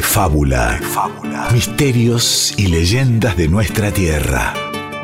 de fábula, misterios y leyendas de nuestra tierra.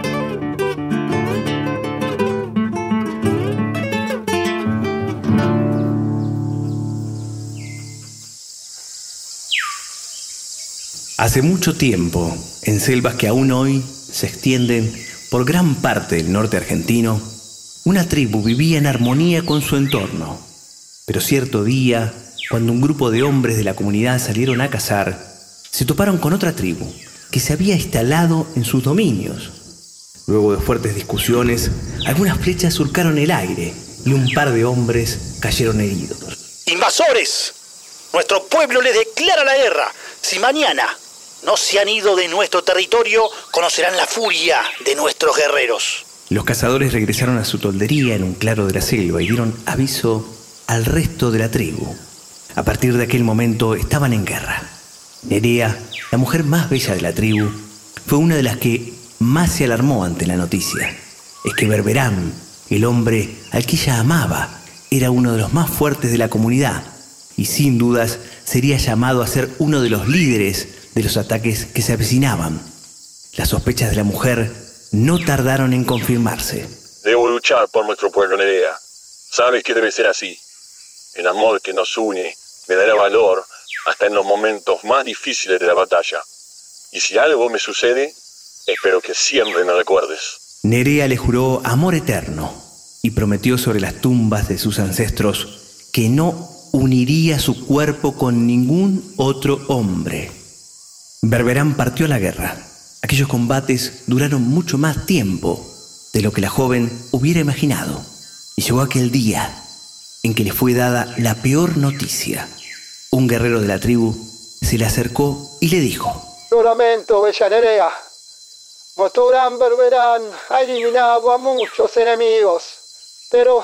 Hace mucho tiempo, en selvas que aún hoy se extienden por gran parte del norte argentino, una tribu vivía en armonía con su entorno. Pero cierto día, cuando un grupo de hombres de la comunidad salieron a cazar, se toparon con otra tribu que se había instalado en sus dominios. Luego de fuertes discusiones, algunas flechas surcaron el aire y un par de hombres cayeron heridos. ¡Invasores! Nuestro pueblo les declara la guerra. Si mañana no se han ido de nuestro territorio, conocerán la furia de nuestros guerreros. Los cazadores regresaron a su toldería en un claro de la selva y dieron aviso al resto de la tribu. A partir de aquel momento estaban en guerra. Nerea, la mujer más bella de la tribu, fue una de las que más se alarmó ante la noticia. Es que Berberán, el hombre al que ella amaba, era uno de los más fuertes de la comunidad y sin dudas sería llamado a ser uno de los líderes de los ataques que se avecinaban. Las sospechas de la mujer no tardaron en confirmarse. Debo luchar por nuestro pueblo, Nerea. Sabes que debe ser así. El amor que nos une me dará valor hasta en los momentos más difíciles de la batalla. Y si algo me sucede, espero que siempre me recuerdes. Nerea le juró amor eterno y prometió sobre las tumbas de sus ancestros que no uniría su cuerpo con ningún otro hombre. Berberán partió a la guerra. Aquellos combates duraron mucho más tiempo de lo que la joven hubiera imaginado. Y llegó aquel día en que le fue dada la peor noticia. Un guerrero de la tribu se le acercó y le dijo: Lo lamento, bella Nerea. Nuestro gran Berberán ha eliminado a muchos enemigos, pero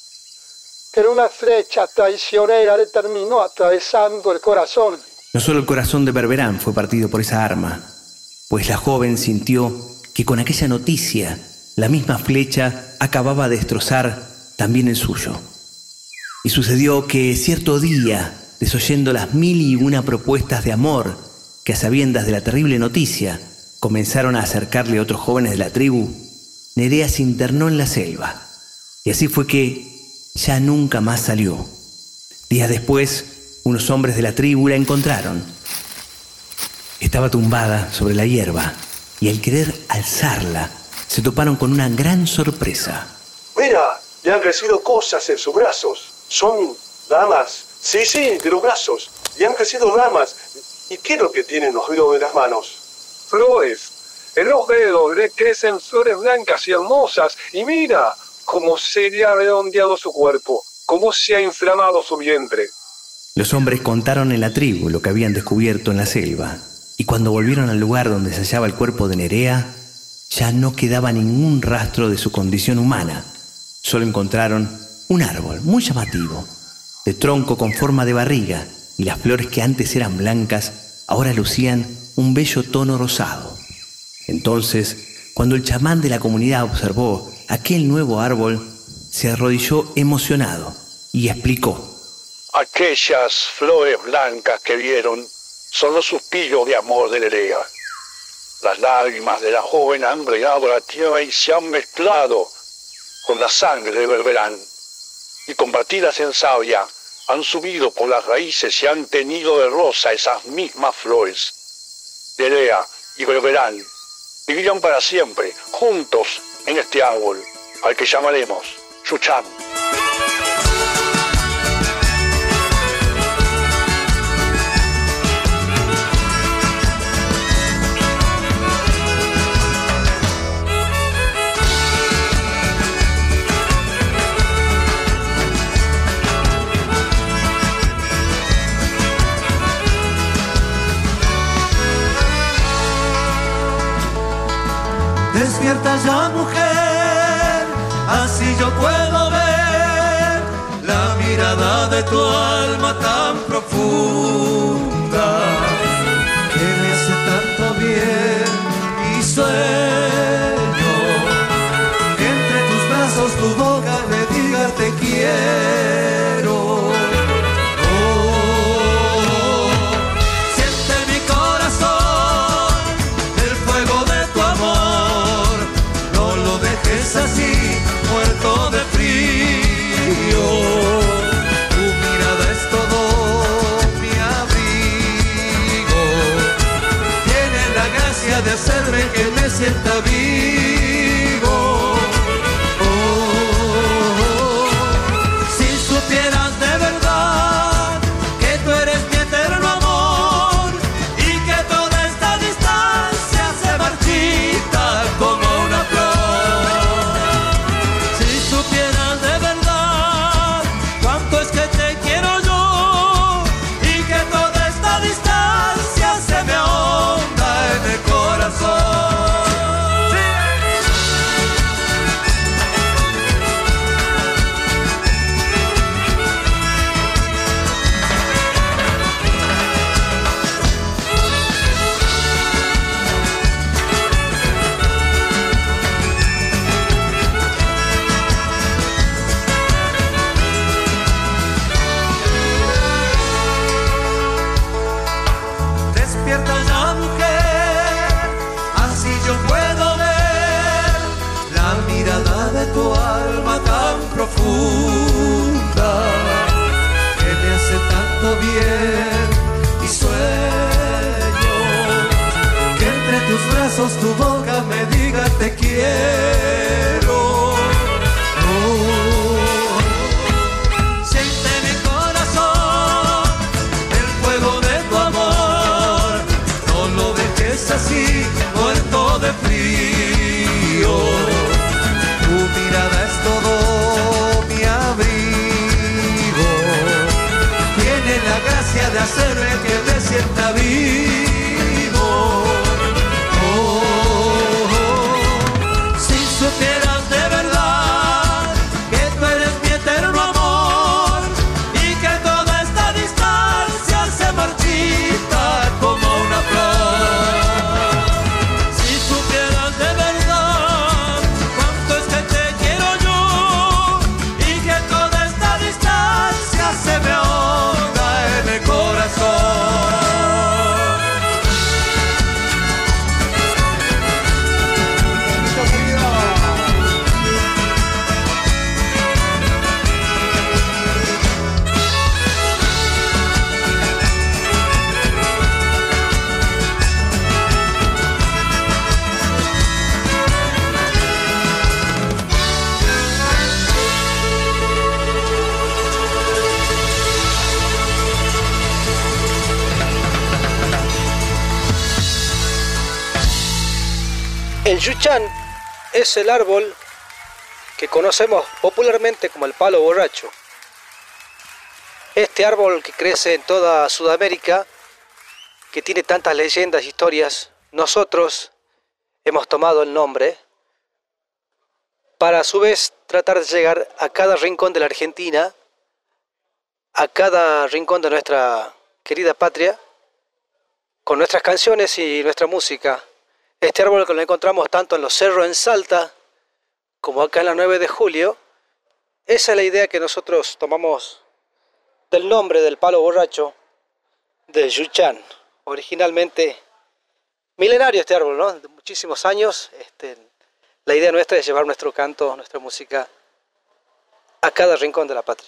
una flecha traicionera le terminó atravesando el corazón. No solo el corazón de Berberán fue partido por esa arma, pues la joven sintió que con aquella noticia la misma flecha acababa de destrozar también el suyo. Y sucedió que cierto día, desoyendo las 1001 propuestas de amor que a sabiendas de la terrible noticia comenzaron a acercarle a otros jóvenes de la tribu, Nerea se internó en la selva. Y así fue que ya nunca más salió. Días después, unos hombres de la tribu la encontraron. Estaba tumbada sobre la hierba y al querer alzarla, se toparon con una gran sorpresa. Mira, le han crecido cosas en sus brazos. Son ramas. Sí, de los brazos. Le han crecido ramas. ¿Y qué es lo que tienen los dedos de las manos? Flores. En los dedos le crecen flores blancas y hermosas. Y mira cómo se le ha redondeado su cuerpo, cómo se ha inflamado su vientre. Los hombres contaron en la tribu lo que habían descubierto en la selva, y cuando volvieron al lugar donde se hallaba el cuerpo de Nerea, ya no quedaba ningún rastro de su condición humana. Solo encontraron un árbol muy llamativo, de tronco con forma de barriga, y las flores que antes eran blancas, ahora lucían un bello tono rosado. Entonces, cuando el chamán de la comunidad observó aquel nuevo árbol, se arrodilló emocionado y explicó: Aquellas flores blancas que vieron son los suspiros de amor de Nerea. Las lágrimas de la joven han regado la tierra y se han mezclado con la sangre de Berberán. Y convertidas en savia, han subido por las raíces y han teñido de rosa esas mismas flores. Nerea y Berberán vivirán para siempre juntos en este árbol, al que llamaremos Chuchán. Despierta ya, mujer, así yo puedo ver la mirada de tu alma tan profunda que me hace tanto bien y sueño que entre tus brazos tu boca me diga te quiero. Siente de hacerme que me sienta vivo. Si supieras de verdad que tú eres mi eterno amor y que toda esta distancia se marchita como una flor. Si supieras de verdad cuánto es que te quiero yo y que toda esta distancia se me ahonda en el corazón. Despierta ya, mujer, así yo puedo ver la mirada de tu alma tan profunda que me hace tanto bien y sueño que entre tus brazos tu boca me diga te quiero. Siente mi corazón el fuego de tu amor, no lo dejes así, muerto de frío. Tu mirada es todo mi abrigo, tiene la gracia de hacerme que me sienta vivo. Si supieras de verdad que tú eres mi eterno amor y que toda esta distancia se marchita como una flor. Si supieras de verdad cuánto es que te quiero yo y que toda esta distancia se me ahonda en el corazón. El yuchán es el árbol que conocemos popularmente como el palo borracho. Este árbol que crece en toda Sudamérica, que tiene tantas leyendas, historias, nosotros hemos tomado el nombre para a su vez tratar de llegar a cada rincón de la Argentina, a cada rincón de nuestra querida patria, con nuestras canciones y nuestra música. Este árbol que lo encontramos tanto en los cerros en Salta como acá en la 9 de julio, esa es la idea que nosotros tomamos del nombre del palo borracho del yuchán. Originalmente milenario este árbol, ¿no? De muchísimos años. La idea nuestra es llevar nuestro canto, nuestra música a cada rincón de la patria.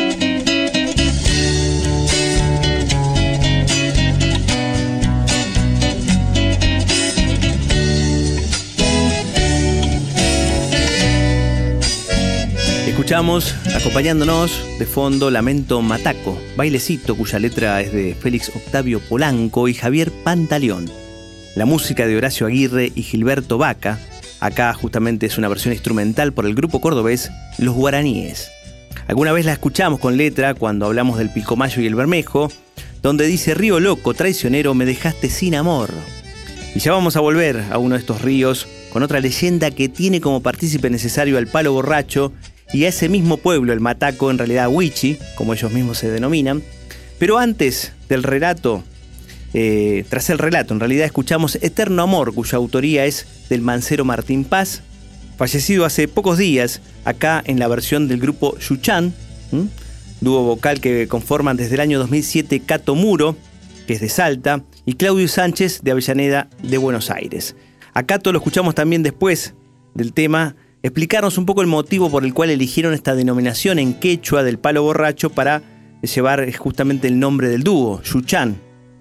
Escuchamos, acompañándonos de fondo, Lamento Mataco, bailecito cuya letra es de Félix Octavio Polanco y Javier Pantaleón. La música de Horacio Aguirre y Gilberto Vaca. Acá justamente es una versión instrumental por el grupo cordobés Los Guaraníes. Alguna vez la escuchamos con letra cuando hablamos del Pilcomayo y el Bermejo, donde dice: río loco, traicionero, me dejaste sin amor. Y ya vamos a volver a uno de estos ríos con otra leyenda que tiene como partícipe necesario al palo borracho y a ese mismo pueblo, el Mataco, en realidad Huichi, como ellos mismos se denominan. Pero antes del relato, tras el relato, en realidad escuchamos Eterno Amor, cuya autoría es del mancero Martín Paz, fallecido hace pocos días, acá en la versión del grupo Yuchán, dúo vocal que conforman desde el año 2007 Cato Muro, que es de Salta, y Claudio Sánchez, de Avellaneda, de Buenos Aires. A Cato lo escuchamos también después del tema explicarnos un poco el motivo por el cual eligieron esta denominación en quechua del palo borracho para llevar justamente el nombre del dúo, Yuchán.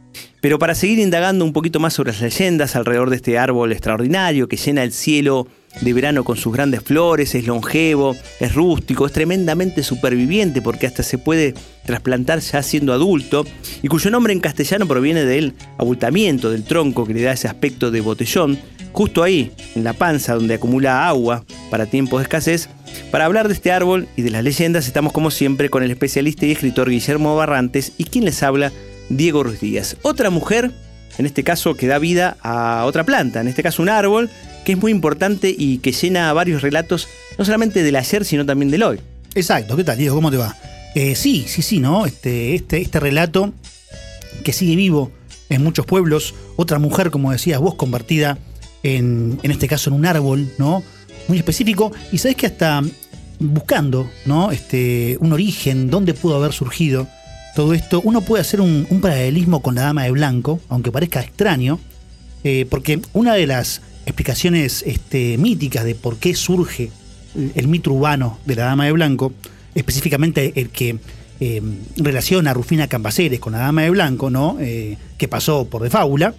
Pero para seguir indagando un poquito más sobre las leyendas alrededor de este árbol extraordinario que llena el cielo de verano con sus grandes flores, es longevo, es rústico, es tremendamente superviviente porque hasta se puede trasplantar ya siendo adulto, y cuyo nombre en castellano proviene del abultamiento del tronco que le da ese aspecto de botellón, justo ahí, en la panza donde acumula agua para tiempos de escasez. Para hablar de este árbol y de las leyendas estamos como siempre con el especialista y escritor Guillermo Barrantes y quien les habla, Diego Ruiz Díaz. Otra mujer, en este caso, que da vida a otra planta, en este caso un árbol, que es muy importante y que llena varios relatos, no solamente del ayer, sino también del hoy. Exacto. ¿Qué tal, Diego? ¿Cómo te va? Sí, ¿no? Este relato que sigue vivo en muchos pueblos. Otra mujer, como decías vos, convertida en este caso en un árbol, ¿no? Muy específico. Y sabés que hasta buscando, ¿no? Un origen, dónde pudo haber surgido todo esto, uno puede hacer un paralelismo con la Dama de Blanco, aunque parezca extraño, porque una de las explicaciones míticas de por qué surge el mito urbano de la Dama de Blanco, específicamente el que relaciona a Rufina Cambaceres con la Dama de Blanco, ¿no? Que pasó por de fábula,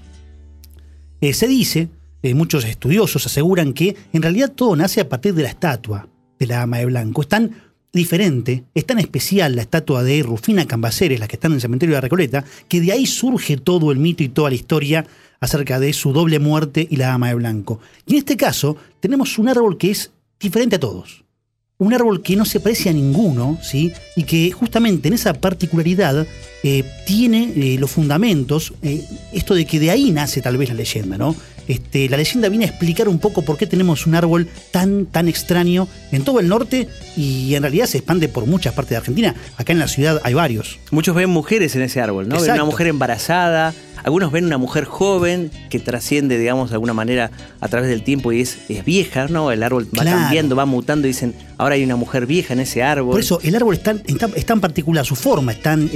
se dice, muchos estudiosos aseguran que en realidad todo nace a partir de la estatua de la Dama de Blanco. Es tan diferente, es tan especial la estatua de Rufina Cambaceres, la que está en el cementerio de la Recoleta, que de ahí surge todo el mito y toda la historia acerca de su doble muerte y la Dama de Blanco. Y en este caso tenemos un árbol que es diferente a todos. Un árbol que no se parece a ninguno, ¿sí? Y que justamente en esa particularidad tiene los fundamentos, esto de que de ahí nace tal vez la leyenda, ¿no? La leyenda viene a explicar un poco por qué tenemos un árbol tan extraño en todo el norte y en realidad se expande por muchas partes de Argentina. Acá en la ciudad hay varios. Muchos ven mujeres en ese árbol, ¿no? Exacto. Ven una mujer embarazada, algunos ven una mujer joven que trasciende, digamos, de alguna manera a través del tiempo y es vieja, ¿no? El árbol va cambiando, va mutando y dicen, ahora hay una mujer vieja en ese árbol. Por eso el árbol es tan particular, su forma es tan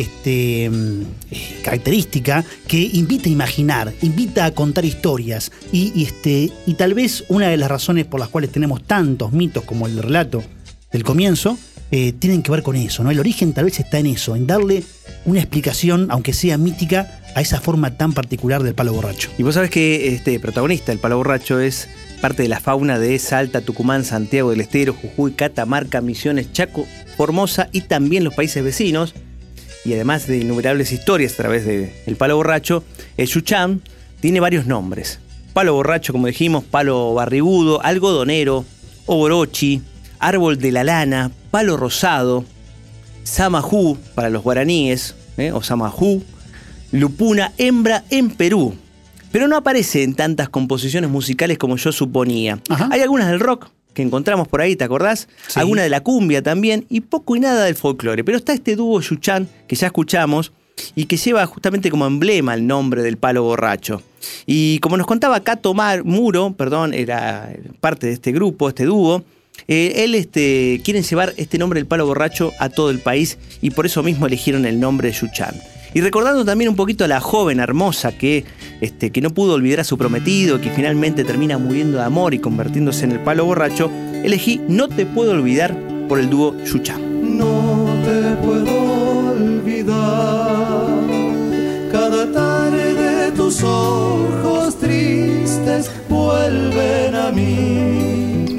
característica que invita a imaginar, invita a contar historias y tal vez una de las razones por las cuales tenemos tantos mitos como el relato del comienzo tienen que ver con eso, ¿no? El origen tal vez está en eso, en darle una explicación, aunque sea mítica, a esa forma tan particular del palo borracho. Y vos sabés que este protagonista, el palo borracho, es parte de la fauna de Salta, Tucumán, Santiago del Estero, Jujuy, Catamarca, Misiones, Chaco, Formosa y también los países vecinos. Y además de innumerables historias a través del palo borracho, el Yuchán tiene varios nombres. Palo borracho, como dijimos, palo barrigudo, algodonero, oborochi, árbol de la lana, palo rosado, samajú para los guaraníes, o samajú, lupuna, hembra en Perú. Pero no aparece en tantas composiciones musicales como yo suponía. Ajá. Hay algunas del rock que encontramos por ahí, ¿te acordás? Sí. Alguna de la cumbia también, y poco y nada del folclore. Pero está este dúo Yuchán, que ya escuchamos, y que lleva justamente como emblema el nombre del palo borracho. Y como nos contaba Cato Muro, era parte de este grupo, este dúo, él quieren llevar este nombre del palo borracho a todo el país y por eso mismo eligieron el nombre de Yuchán. Y recordando también un poquito a la joven hermosa que no pudo olvidar a su prometido, que finalmente termina muriendo de amor y convirtiéndose en el palo borracho, elegí No te puedo olvidar por el dúo Yuchán. No te puedo olvidar, cada tarde tus ojos tristes vuelven a mí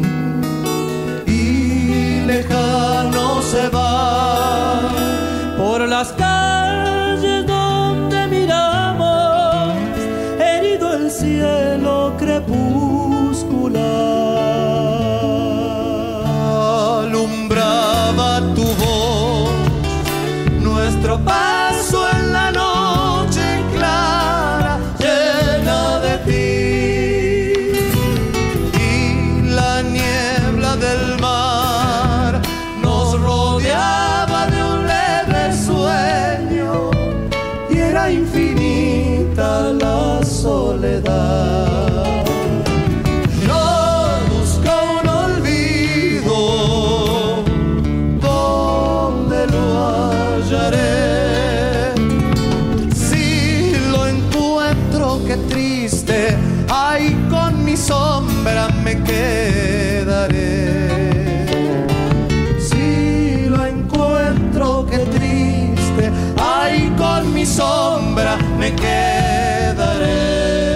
y lejano se va por las calles donde miramos, herido el cielo crepuscular. Alumbraba tu voz, nuestro paso en la noche clara, llena de ti, y la niebla del mar nos rodeaba de un leve sueño y era infinita la soledad. Yo busco un olvido, ¿dónde lo hallaré? Si lo encuentro, qué triste, ay, con mi sombra me quedaré. Si lo encuentro, qué triste, ay, con mi mi sombra me quedaré.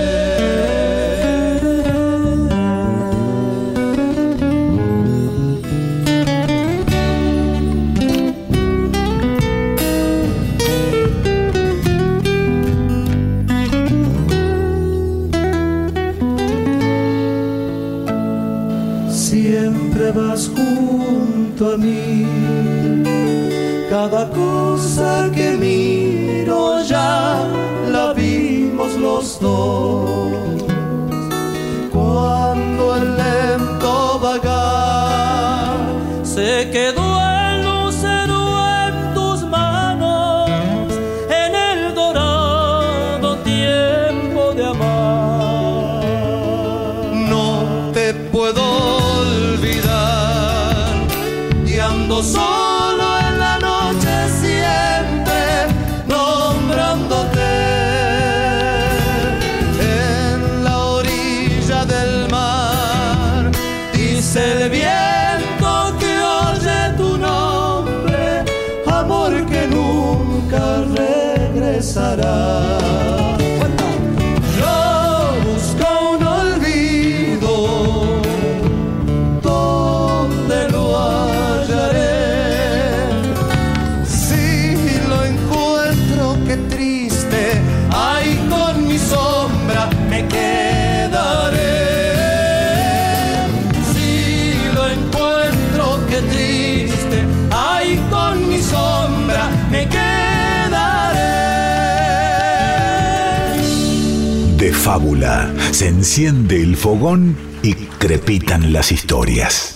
Siempre vas junto a mí, cada cosa que miro ya la vimos los dos. Cuando el lento vagar se quedó el lucero en tus manos, en el dorado tiempo de amar. No te puedo olvidar y ando solo en la noche siempre nombrándote. En la orilla del mar dice el viento que oye tu nombre, amor que nunca regresará. De Fábula se enciende el fogón y crepitan las historias.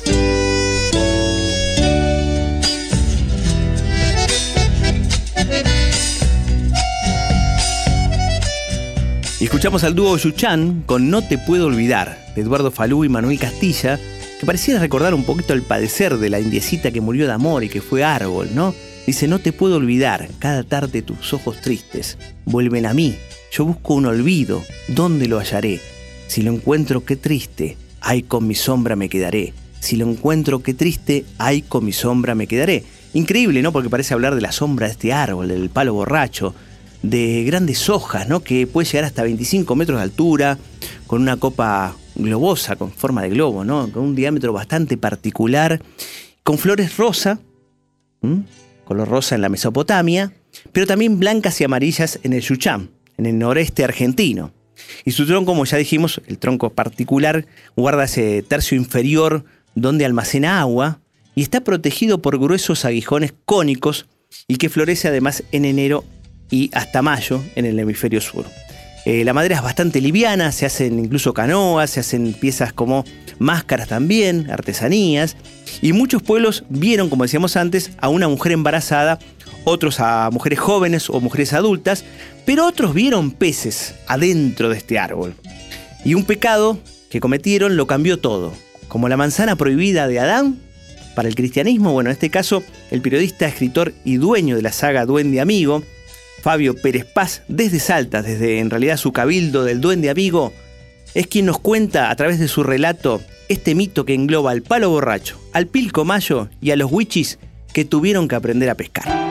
Y escuchamos al dúo Yuchán con No te puedo olvidar, de Eduardo Falú y Manuel Castilla, que pareciera recordar un poquito el padecer de la indiecita que murió de amor y que fue árbol, ¿no? Dice: no te puedo olvidar, cada tarde tus ojos tristes vuelven a mí. Yo busco un olvido, ¿dónde lo hallaré? Si lo encuentro, qué triste, ay, con mi sombra me quedaré. Si lo encuentro, qué triste, ay, con mi sombra me quedaré. Increíble, ¿no? Porque parece hablar de la sombra de este árbol, del palo borracho, de grandes hojas, ¿no? Que puede llegar hasta 25 metros de altura, con una copa globosa, con forma de globo, ¿no? Con un diámetro bastante particular, con flores rosa, color rosa en la Mesopotamia, pero también blancas y amarillas en el Yuchán, en el noreste argentino. Y su tronco, como ya dijimos, el tronco particular, guarda ese tercio inferior donde almacena agua y está protegido por gruesos aguijones cónicos y que florece además en enero y hasta mayo en el hemisferio sur. La madera es bastante liviana, se hacen incluso canoas, se hacen piezas como máscaras también, artesanías, y muchos pueblos vieron, como decíamos antes, a una mujer embarazada, otros a mujeres jóvenes o mujeres adultas, pero otros vieron peces adentro de este árbol. Y un pecado que cometieron lo cambió todo, como la manzana prohibida de Adán. Para el cristianismo, bueno, en este caso, el periodista, escritor y dueño de la saga Duende Amigo, Fabio Pérez Paz, desde Salta, desde en realidad su cabildo del Duende Amigo, es quien nos cuenta a través de su relato este mito que engloba al palo borracho, al pilcomayo y a los wichis que tuvieron que aprender a pescar.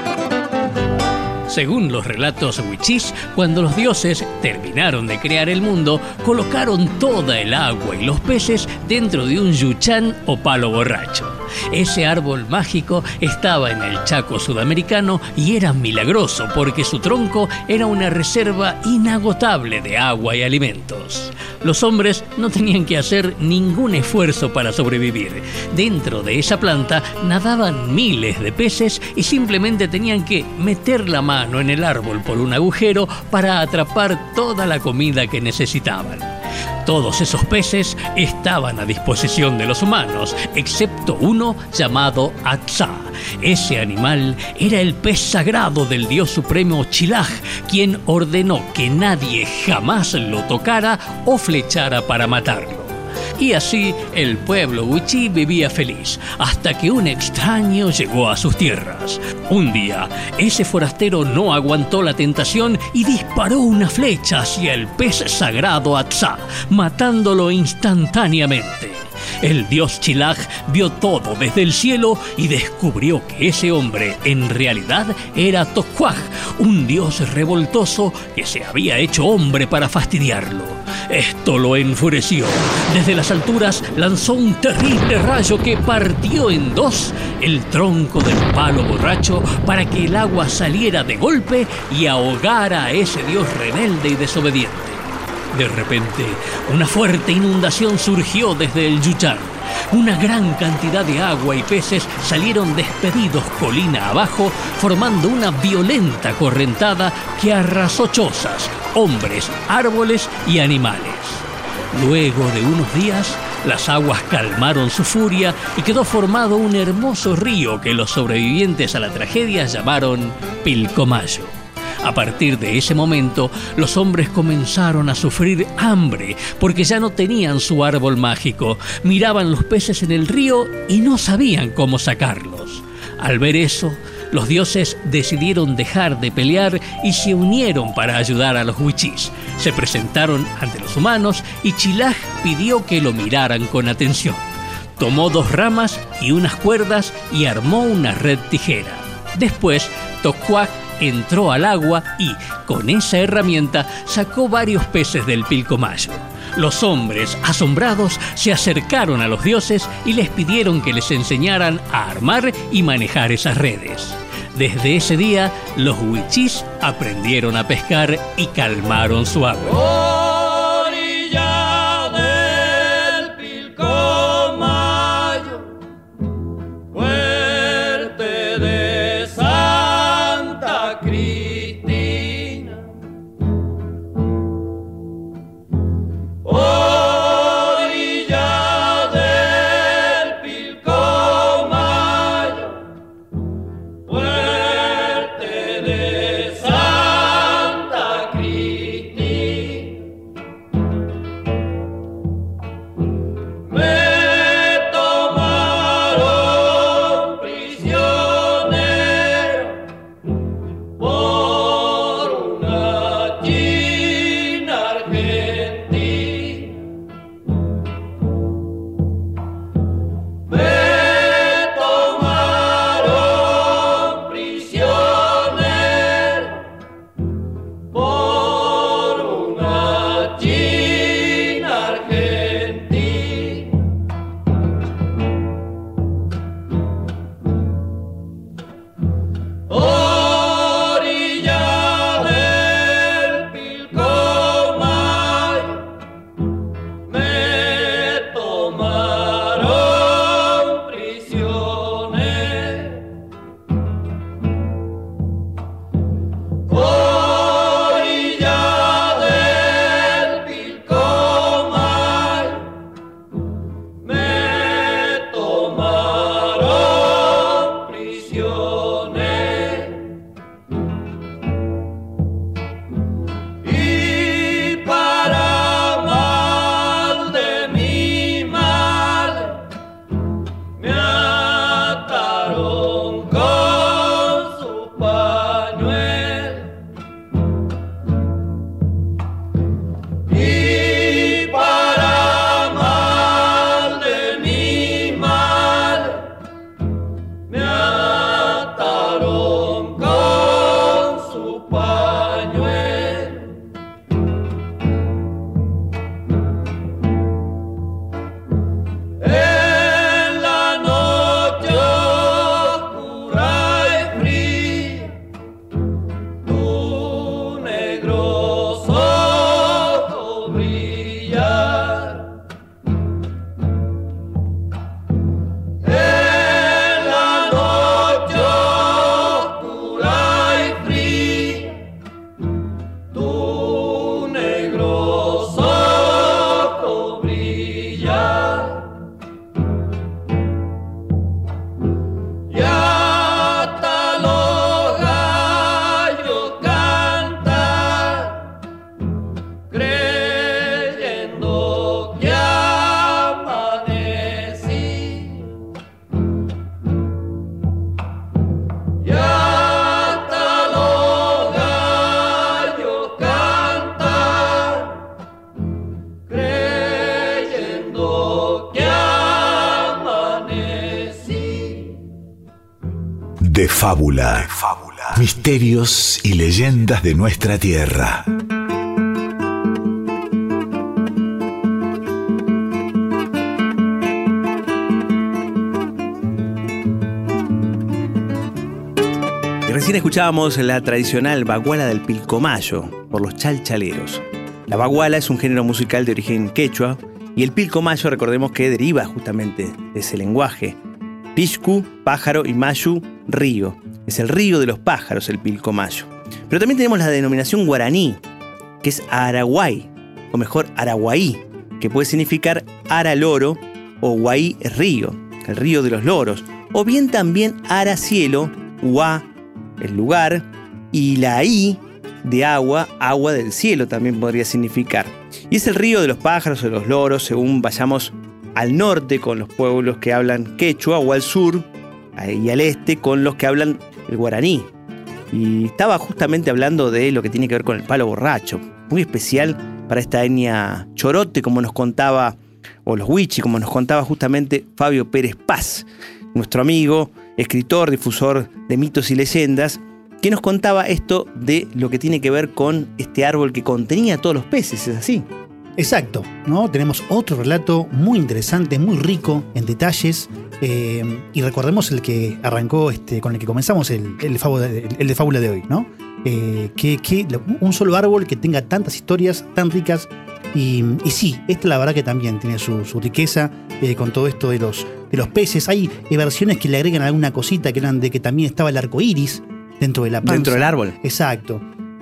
Según los relatos wichís, cuando los dioses terminaron de crear el mundo, colocaron toda el agua y los peces dentro de un yuchán o palo borracho. Ese árbol mágico estaba en el Chaco sudamericano y era milagroso porque su tronco era una reserva inagotable de agua y alimentos. Los hombres no tenían que hacer ningún esfuerzo para sobrevivir. Dentro de esa planta nadaban miles de peces y simplemente tenían que meter la mano en el árbol por un agujero para atrapar toda la comida que necesitaban. Todos esos peces estaban a disposición de los humanos, excepto uno llamado Atzá. Ese animal era el pez sagrado del dios supremo Chilaj, quien ordenó que nadie jamás lo tocara o flechara para matarlo. Y así el pueblo wichí vivía feliz, hasta que un extraño llegó a sus tierras. Un día, ese forastero no aguantó la tentación y disparó una flecha hacia el pez sagrado Atzá, matándolo instantáneamente. El dios Chilaj vio todo desde el cielo y descubrió que ese hombre en realidad era Tocuaj, un dios revoltoso que se había hecho hombre para fastidiarlo. Esto lo enfureció. Desde las alturas lanzó un terrible rayo que partió en dos el tronco del palo borracho para que el agua saliera de golpe y ahogara a ese dios rebelde y desobediente. De repente, una fuerte inundación surgió desde el Yuchán. Una gran cantidad de agua y peces salieron despedidos colina abajo, formando una violenta correntada que arrasó chozas, hombres, árboles y animales. Luego de unos días, las aguas calmaron su furia y quedó formado un hermoso río que los sobrevivientes a la tragedia llamaron Pilcomayo. A partir de ese momento, los hombres comenzaron a sufrir hambre porque ya no tenían su árbol mágico, miraban los peces en el río y no sabían cómo sacarlos. Al ver eso, los dioses decidieron dejar de pelear y se unieron para ayudar a los Wichís. Se presentaron ante los humanos y Chilaj pidió que lo miraran con atención. Tomó 2 ramas y unas cuerdas y armó una red tijera. Después, Tocuaj entró al agua y, con esa herramienta, sacó varios peces del Pilcomayo. Los hombres, asombrados, se acercaron a los dioses y les pidieron que les enseñaran a armar y manejar esas redes. Desde ese día, los Wichís aprendieron a pescar y calmaron su agua. De fábula. Misterios y leyendas de nuestra tierra. Recién escuchábamos la tradicional baguala del Pilcomayo por los chalchaleros. La baguala es un género musical de origen quechua y el Pilcomayo, recordemos que deriva justamente de ese lenguaje. Pixcu, pájaro, y mayu, río. Es el río de los pájaros, el Pilcomayo. Pero también tenemos la denominación guaraní, que es Araguay, o mejor Araguaí, que puede significar Ara loro o Guaí río, el río de los loros, o bien también Ara cielo, Uá, el lugar, y la I de agua, agua del cielo también podría significar. Y es el río de los pájaros o de los loros, según vayamos al norte con los pueblos que hablan quechua, o al sur y al este con los que hablan el guaraní. Y estaba justamente hablando de lo que tiene que ver con el palo borracho, muy especial para esta etnia chorote, como nos contaba, o los huichi, como nos contaba justamente Fabio Pérez Paz, nuestro amigo, escritor, difusor de mitos y leyendas, que nos contaba esto de lo que tiene que ver con este árbol que contenía todos los peces, ¿es así? Exacto, ¿no? Tenemos otro relato muy interesante, muy rico en detalles, y recordemos el que arrancó, con el que comenzamos el de fábula de hoy, ¿no? Un solo árbol que tenga tantas historias tan ricas, y sí, la verdad que también tiene su riqueza con todo esto de los peces. Hay versiones que le agregan alguna cosita, que eran de que también estaba el arco iris dentro de la panza. Dentro del árbol. Exacto.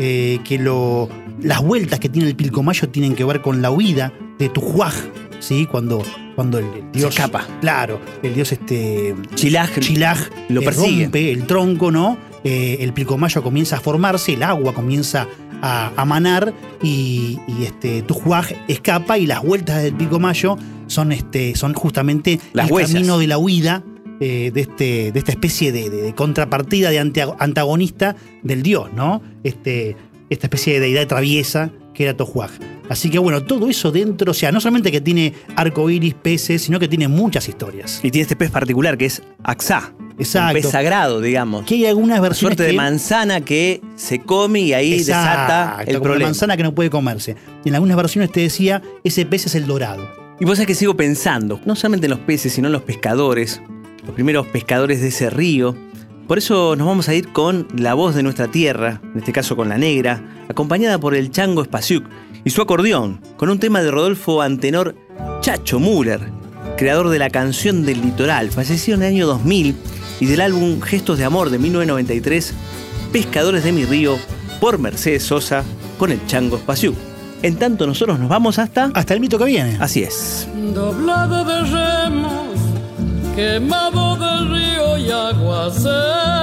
Las vueltas que tiene el Pilcomayo tienen que ver con la huida de Tujuaj, ¿sí? Cuando el dios se escapa. Claro, el dios Chilaj lo persigue. Rompe el tronco, ¿no? El Pilcomayo comienza a formarse, el agua comienza a manar y Tujuaj escapa, y las vueltas del Pilcomayo son justamente las el huellas. Camino de la huida de esta especie de contrapartida, de antagonista del dios, ¿no? Esta especie de deidad traviesa que era Tujuaj. Así que bueno, todo eso dentro, o sea, no solamente que tiene arcoíris, peces, sino que tiene muchas historias. Y tiene este pez particular que es Axá. Exacto. Un pez sagrado, digamos. Que hay algunas versiones. Suerte de manzana que se come y ahí desata el como problema. La manzana que no puede comerse. En algunas versiones te decía, ese pez es el dorado. Y vos sabés que sigo pensando, no solamente en los peces, sino en los pescadores, los primeros pescadores de ese río. Por eso nos vamos a ir con la voz de nuestra tierra, en este caso con la negra, acompañada por el Chango Espasiuk y su acordeón, con un tema de Rodolfo Antenor Chacho Müller, creador de la canción del litoral, fallecido en el año 2000, y del álbum Gestos de Amor de 1993, Pescadores de mi río, por Mercedes Sosa, con el Chango Espasiuk. En tanto nosotros nos vamos hasta el mito que viene. Así es. Doblado de remos, quemado del río y aguaceros,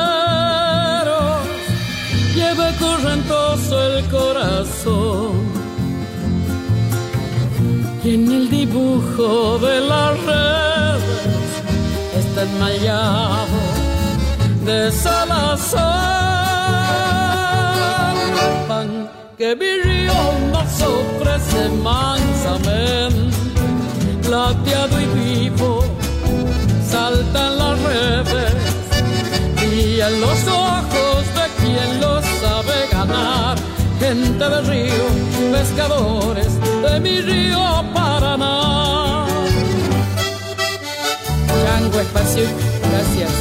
lleva correntoso el corazón, y en el dibujo de las redes está enmayado de sol a sol, pan que mi río nos ofrece mansamente, plateado y vivo, saltan las redes, y en los ojos de quien lo sabe ganar, gente del río, pescadores de mi río Paraná. Chango Espasiuk, gracias.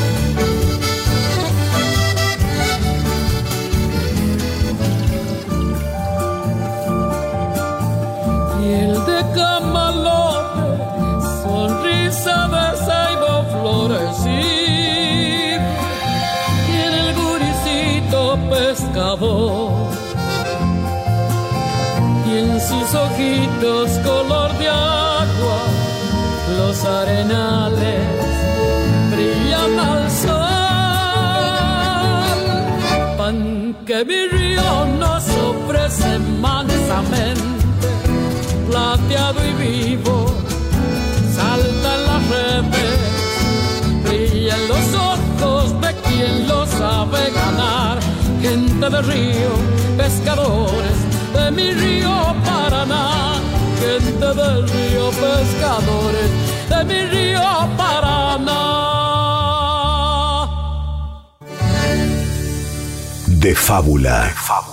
Piel de camalote, sonrisa de ceibo florecir, y en el guricito pescador, y en sus ojitos color de agua, los arenales brillan al sol, pan que mi río nos ofrece mansamente, plateado y vivo, saltan las redes, brillan los ojos de quien lo sabe ganar, gente de río, pescadores de mi río Paraná, gente del río, pescadores de mi río Paraná. de fábula.